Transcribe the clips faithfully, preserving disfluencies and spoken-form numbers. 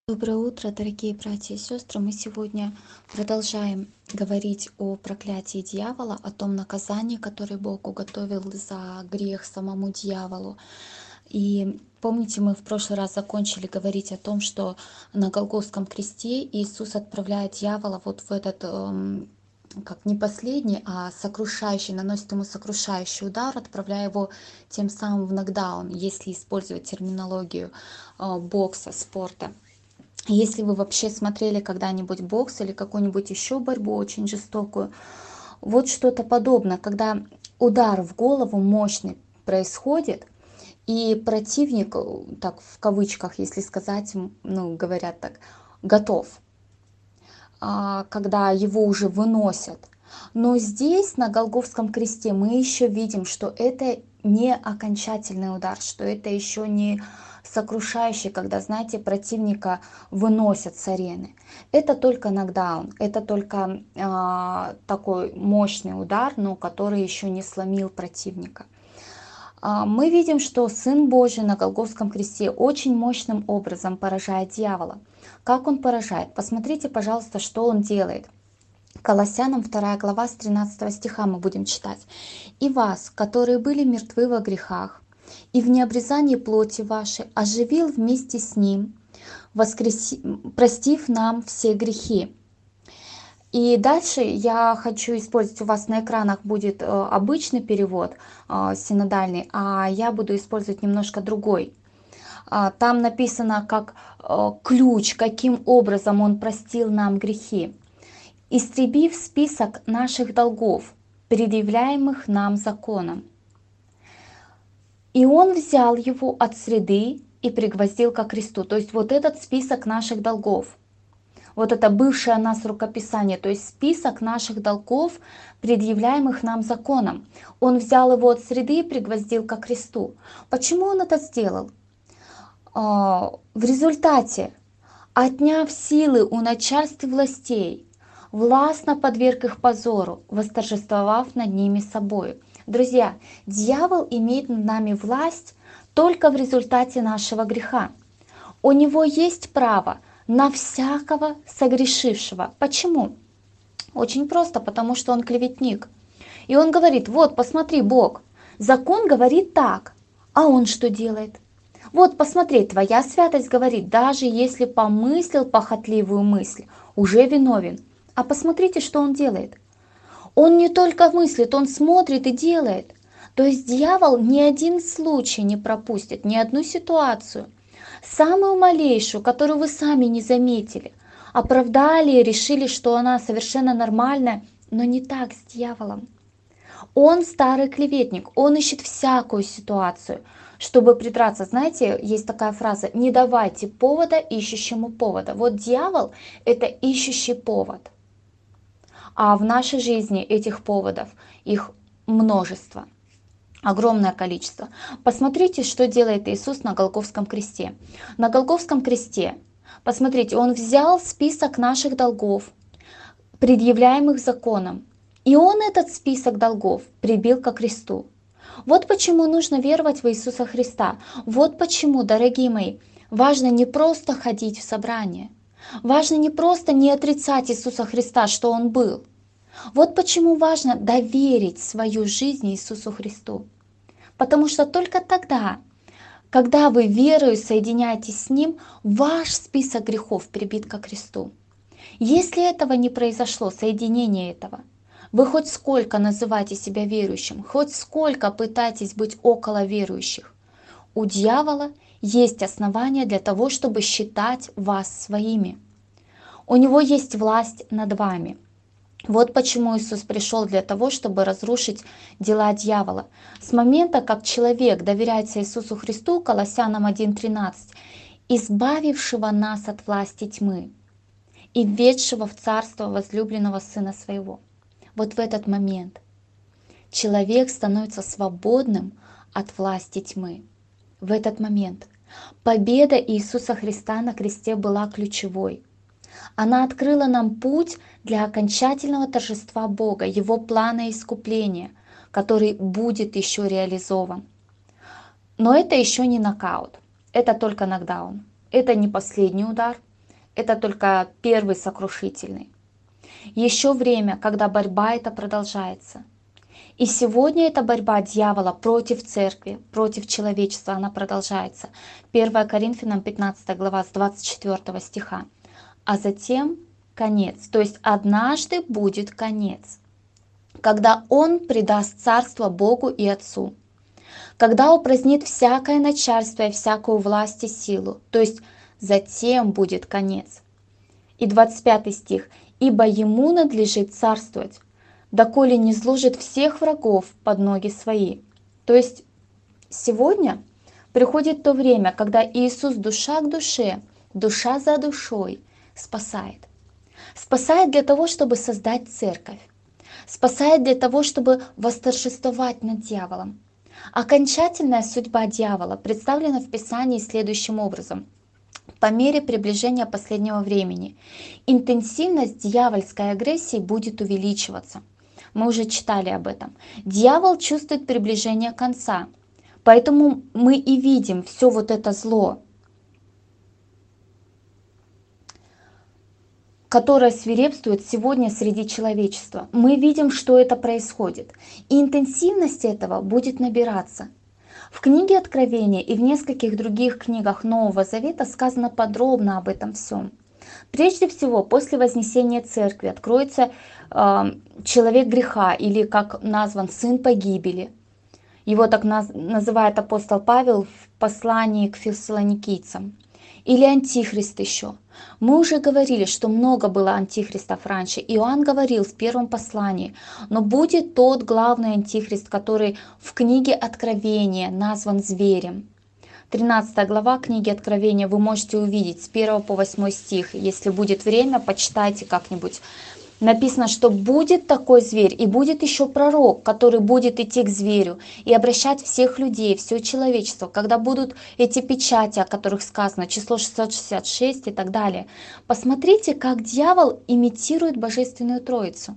Доброе утро, дорогие братья и сестры. Мы сегодня продолжаем говорить о проклятии дьявола, о том наказании, которое Бог уготовил за грех самому дьяволу. И помните, мы в прошлый раз закончили говорить о том, что на Голгофском кресте Иисус отправляет дьявола вот в этот, эм, как не последний, а сокрушающий, наносит ему сокрушающий удар, отправляя его тем самым в нокдаун, если использовать терминологию э, бокса, спорта. Если вы вообще смотрели когда-нибудь бокс или какую-нибудь еще борьбу очень жестокую, вот что-то подобное, когда удар в голову мощный происходит, и противник, э, так в кавычках, если сказать, м, ну, говорят так, готов, а, когда его уже выносят. Но здесь, на Голгофском кресте, мы еще видим, что это не окончательный удар, что это еще не сокрушающий, когда, знаете, противника выносят с арены. Это только нокдаун, это только а, такой мощный удар, но который еще не сломил противника. А, Мы видим, что Сын Божий на Голгофском кресте очень мощным образом поражает дьявола. Как он поражает? Посмотрите, пожалуйста, что он делает. Колоссянам вторая глава с тринадцатого стиха мы будем читать. «И вас, которые были мертвы во грехах, и в необрезании плоти вашей, оживил вместе с Ним, воскреси... простив нам все грехи». И дальше я хочу использовать, у вас на экранах будет э, обычный перевод э, синодальный, а я буду использовать немножко другой. А, Там написано как э, ключ, каким образом Он простил нам грехи, истребив список наших долгов, предъявляемых нам законом. И Он взял его от среды и пригвоздил ко кресту. То есть вот этот список наших долгов, вот это бывшее о нас рукописание, то есть список наших долгов, предъявляемых нам законом. Он взял его от среды и пригвоздил ко кресту. Почему он это сделал? А, В результате, отняв силы у начальств и властей, властно подверг их позору, восторжествовав над ними собою. Друзья, дьявол имеет над нами власть только в результате нашего греха. У него есть право на всякого согрешившего. Почему? Очень просто, потому что он клеветник. И он говорит: вот, посмотри, Бог, закон говорит так, а он что делает? Вот, посмотри, твоя святость говорит, даже если помыслил похотливую мысль, уже виновен. А посмотрите, что он делает. Он не только мыслит, он смотрит и делает. То есть дьявол ни один случай не пропустит, ни одну ситуацию, самую малейшую, которую вы сами не заметили, оправдали и решили, что она совершенно нормальная, но не так с дьяволом. Он старый клеветник, он ищет всякую ситуацию, чтобы придраться. Знаете, есть такая фраза: не давайте повода ищущему повода. Вот дьявол — это ищущий повод. А в нашей жизни этих поводов, их множество, огромное количество. Посмотрите, что делает Иисус на Голгофском кресте. На Голгофском кресте, посмотрите, Он взял список наших долгов, предъявляемых законом, и Он этот список долгов прибил ко кресту. Вот почему нужно веровать в Иисуса Христа. Вот почему, дорогие мои, важно не просто ходить в собрание. Важно не просто не отрицать Иисуса Христа, что Он был. Вот почему важно доверить свою жизнь Иисусу Христу. Потому что только тогда, когда вы верою соединяетесь с Ним, ваш список грехов прибит ко кресту. Если этого не произошло, соединение этого, вы хоть сколько называете себя верующим, хоть сколько пытаетесь быть около верующих, у дьявола есть основания для того, чтобы считать вас своими. У него есть власть над вами. Вот почему Иисус пришел для того, чтобы разрушить дела дьявола. С момента, как человек доверяется Иисусу Христу, Колоссянам один тринадцать, избавившего нас от власти тьмы и введшего в царство возлюбленного Сына Своего. Вот в этот момент человек становится свободным от власти тьмы. В этот момент победа Иисуса Христа на кресте была ключевой. Она открыла нам путь для окончательного торжества Бога, Его плана искупления, который будет еще реализован. Но это еще не нокаут, это только нокдаун. Это не последний удар, это только первый сокрушительный. Еще время, когда борьба эта продолжается. И сегодня эта борьба дьявола против церкви, против человечества, она продолжается. первое Коринфянам пятнадцатая глава с двадцать четвёртого стиха. А затем конец, то есть однажды будет конец, когда Он предаст царство Богу и Отцу, когда упразднит всякое начальство и всякую власть и силу, то есть затем будет конец. И двадцать пятый стих. «Ибо Ему надлежит царствовать, доколе не зложит всех врагов под ноги свои». То есть сегодня приходит то время, когда Иисус душа к душе, душа за душой спасает. Спасает для того, чтобы создать церковь. Спасает для того, чтобы восторжествовать над дьяволом. Окончательная судьба дьявола представлена в Писании следующим образом. По мере приближения последнего времени интенсивность дьявольской агрессии будет увеличиваться. Мы уже читали об этом. Дьявол чувствует приближение конца, поэтому мы и видим все вот это зло, которое свирепствует сегодня среди человечества. Мы видим, что это происходит, и интенсивность этого будет набираться. В книге Откровения и в нескольких других книгах Нового Завета сказано подробно об этом всем. Прежде всего, после вознесения церкви откроется э, человек греха, или как назван сын погибели. Его так наз- называет апостол Павел в послании к фессалоникийцам. Или антихрист еще. Мы уже говорили, что много было антихристов раньше. Иоанн говорил в первом послании, но будет тот главный антихрист, который в книге Откровения назван зверем. тринадцатая глава книги Откровения вы можете увидеть с первого по восьмой стих. Если будет время, почитайте как-нибудь. Написано, что будет такой зверь, и будет еще пророк, который будет идти к зверю и обращать всех людей, все человечество, когда будут эти печати, о которых сказано, число шестьсот шестьдесят шесть и так далее. Посмотрите, как дьявол имитирует Божественную Троицу.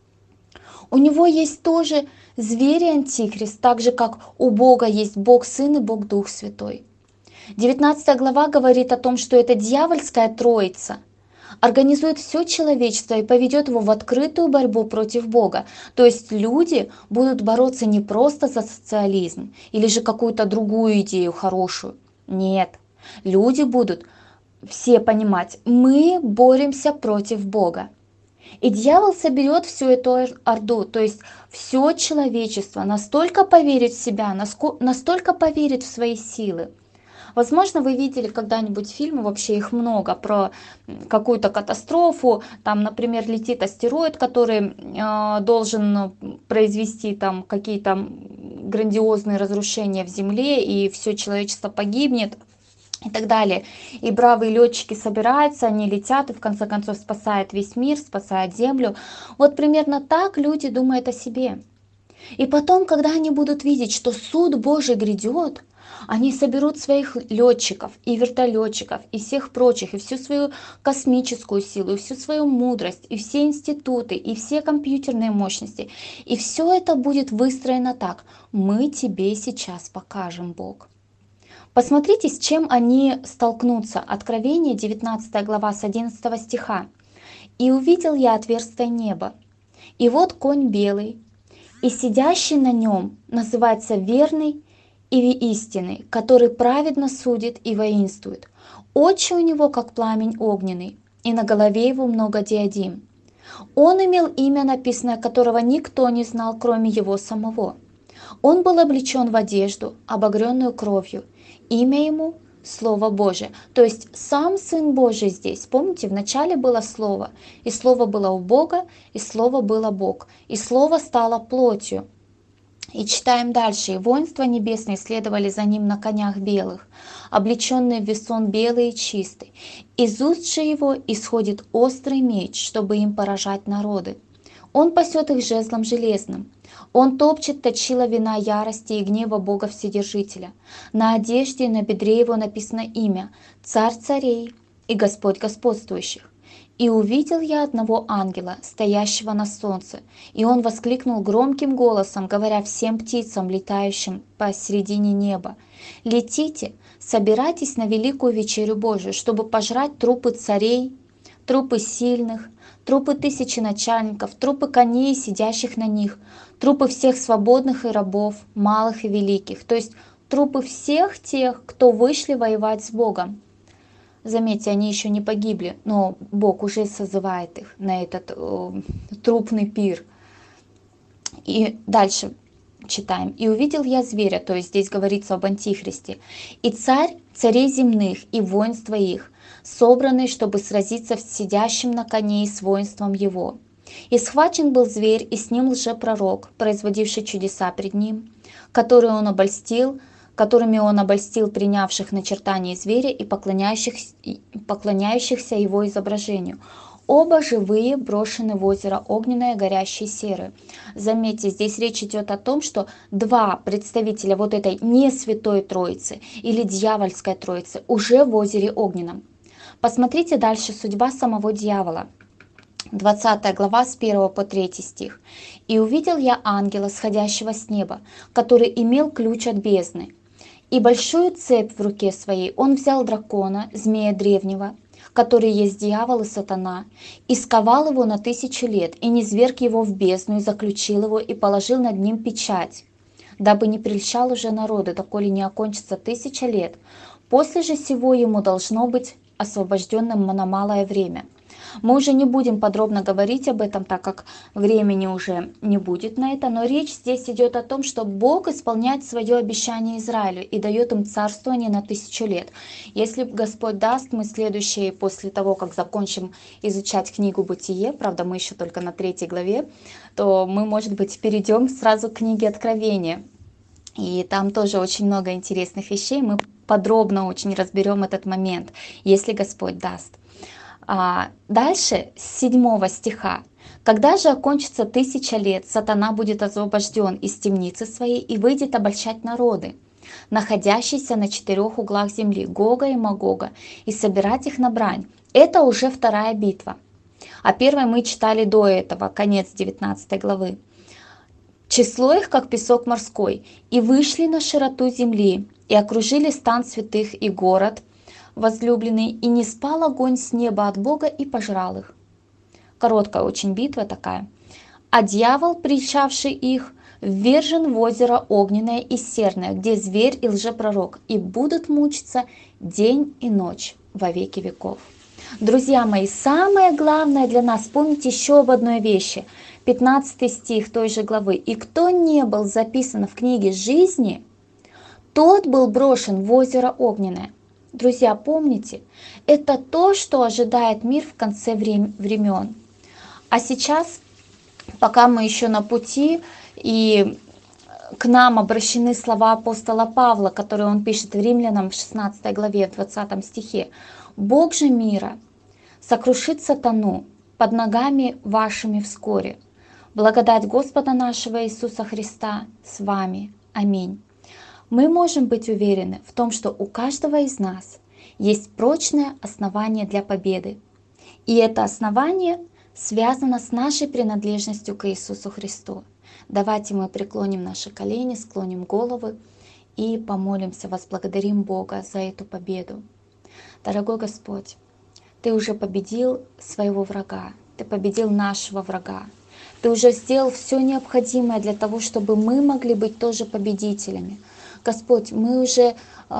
У него есть тоже зверь и антихрист, так же, как у Бога есть Бог Сын и Бог Дух Святой. девятнадцатая глава говорит о том, что это дьявольская Троица организует все человечество и поведет его в открытую борьбу против Бога. То есть люди будут бороться не просто за социализм или же какую-то другую идею хорошую. Нет, люди будут все понимать, мы боремся против Бога. И дьявол соберет всю эту орду, то есть все человечество настолько поверит в себя, настолько поверит в свои силы. Возможно, вы видели когда-нибудь фильмы, вообще их много, про какую-то катастрофу. Там, например, летит астероид, который э, должен произвести там какие-то грандиозные разрушения в Земле, и все человечество погибнет и так далее. И бравые летчики собираются, они летят и в конце концов спасают весь мир, спасают Землю. Вот примерно так люди думают о себе. И потом, когда они будут видеть, что суд Божий грядет, они соберут своих летчиков и вертолетчиков и всех прочих, и всю свою космическую силу, и всю свою мудрость, и все институты, и все компьютерные мощности. И все это будет выстроено так. Мы тебе сейчас покажем, Бог. Посмотрите, с чем они столкнутся. Откровение, девятнадцатая глава, с одиннадцатого стиха. «И увидел я отверстие неба, и вот конь белый, и сидящий на нем называется верный и истинный, который праведно судит и воинствует. Очи у него, как пламень огненный, и на голове его много диадим. Он имел имя, написанное которого никто не знал, кроме его самого. Он был облечен в одежду, обогренную кровью. Имя ему — Слово Божие». То есть сам Сын Божий здесь. Помните, вначале было Слово, и Слово было у Бога, и Слово было Бог, и Слово стало плотью. И читаем дальше. «И воинства небесные следовали за ним на конях белых, облеченные в весон белый и чистый. Из уст же его исходит острый меч, чтобы им поражать народы. Он пасет их жезлом железным. Он топчет точила вина ярости и гнева Бога Вседержителя. На одежде и на бедре его написано имя — Царь царей и Господь господствующих. И увидел я одного ангела, стоящего на солнце, и он воскликнул громким голосом, говоря всем птицам, летающим посредине неба: «Летите, собирайтесь на великую вечерю Божию, чтобы пожрать трупы царей, трупы сильных, трупы тысячи начальников, трупы коней, сидящих на них, трупы всех свободных и рабов, малых и великих». То есть трупы всех тех, кто вышли воевать с Богом. Заметьте, они еще не погибли, но Бог уже созывает их на этот э, трупный пир. И дальше читаем. «И увидел я зверя», то есть здесь говорится об Антихристе, «и царь царей земных, и воинство их, собранные, чтобы сразиться с сидящим на коне и с воинством его. И схвачен был зверь, и с ним лжепророк, производивший чудеса пред ним, который он обольстил, которыми он обольстил принявших начертание зверя и поклоняющихся, поклоняющихся его изображению. Оба живые брошены в озеро огненное, горящее серы». Заметьте, здесь речь идет о том, что два представителя вот этой не святой троицы или дьявольской троицы уже в озере огненном. Посмотрите дальше судьба самого дьявола. двадцатая глава с первого по третий стих. «И увидел я ангела, сходящего с неба, который имел ключ от бездны. И большую цепь в руке своей он взял дракона, змея древнего, который есть дьявол и сатана, и сковал его на тысячу лет, и низверг его в бездну, и заключил его, и положил над ним печать, дабы не прельщал уже народы, доколе не окончится тысяча лет. После же сего ему должно быть освобожденным на малое время». Мы уже не будем подробно говорить об этом, так как времени уже не будет на это, но речь здесь идет о том, что Бог исполняет свое обещание Израилю и дает им царствование на тысячу лет. Если Господь даст, мы следующие, после того, как закончим изучать книгу «Бытие», правда, мы еще только на третьей главе, то мы, может быть, перейдем сразу к книге «Откровения». И там тоже очень много интересных вещей, мы подробно очень разберем этот момент, если Господь даст. А дальше, с седьмого стиха. «Когда же окончится тысяча лет, сатана будет освобожден из темницы своей и выйдет обольщать народы, находящиеся на четырех углах земли, Гога и Магога, и собирать их на брань». Это уже вторая битва. А первой мы читали до этого, конец девятнадцатой главы. «Число их, как песок морской, и вышли на широту земли, и окружили стан святых и город возлюбленный, и не спал огонь с неба от Бога и пожрал их». Короткая очень битва такая. «А дьявол, прельщавший их, ввержен в озеро огненное и серное, где зверь и лжепророк, и будут мучиться день и ночь во веки веков». Друзья мои, самое главное для нас помнить еще об одной вещи. пятнадцатый стих той же главы. «И кто не был записан в книге жизни, тот был брошен в озеро огненное». Друзья, помните, это то, что ожидает мир в конце времен. А сейчас, пока мы еще на пути, и к нам обращены слова апостола Павла, которые он пишет в Римлянам в шестнадцатой главе, в двадцатом стихе. «Бог же мира сокрушит сатану под ногами вашими вскоре. Благодать Господа нашего Иисуса Христа с вами. Аминь». Мы можем быть уверены в том, что у каждого из нас есть прочное основание для победы. И это основание связано с нашей принадлежностью к Иисусу Христу. Давайте мы преклоним наши колени, склоним головы и помолимся, возблагодарим Бога за эту победу. Дорогой Господь, Ты уже победил своего врага, Ты победил нашего врага. Ты уже сделал все необходимое для того, чтобы мы могли быть тоже победителями. Господь, мы уже,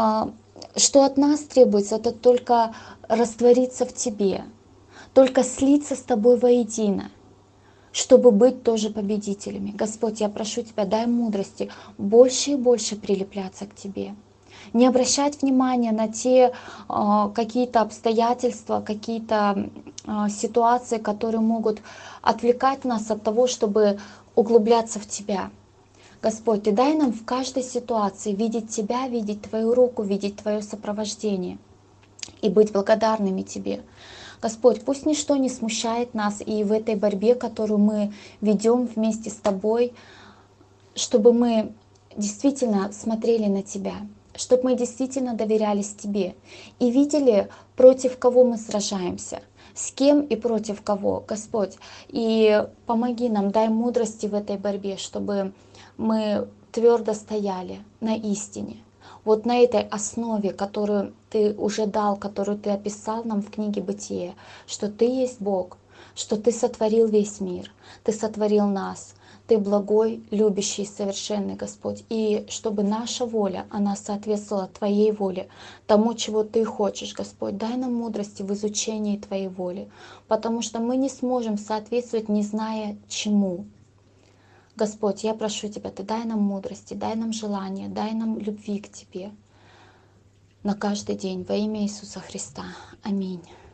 что от нас требуется, это только раствориться в Тебе, только слиться с Тобой воедино, чтобы быть тоже победителями. Господь, я прошу Тебя, дай мудрости больше и больше прилепляться к Тебе. Не обращать внимания на те какие-то обстоятельства, какие-то ситуации, которые могут отвлекать нас от того, чтобы углубляться в Тебя. Господь, Ты дай нам в каждой ситуации видеть Тебя, видеть Твою руку, видеть Твое сопровождение и быть благодарными Тебе. Господь, пусть ничто не смущает нас и в этой борьбе, которую мы ведем вместе с Тобой, чтобы мы действительно смотрели на Тебя, чтобы мы действительно доверялись Тебе и видели, против кого мы сражаемся. с кем и против кого, Господь. И помоги нам, дай мудрости в этой борьбе, чтобы мы твердо стояли на истине. Вот на этой основе, которую Ты уже дал, которую Ты описал нам в книге Бытие, что Ты есть Бог, что Ты сотворил весь мир, Ты сотворил нас, Ты благой, любящий, совершенный Господь. И чтобы наша воля, она соответствовала Твоей воле, тому, чего Ты хочешь, Господь. Дай нам мудрости в изучении Твоей воли, потому что мы не сможем соответствовать, не зная чему. Господь, я прошу Тебя, Ты дай нам мудрости, дай нам желание, дай нам любви к Тебе на каждый день во имя Иисуса Христа. Аминь.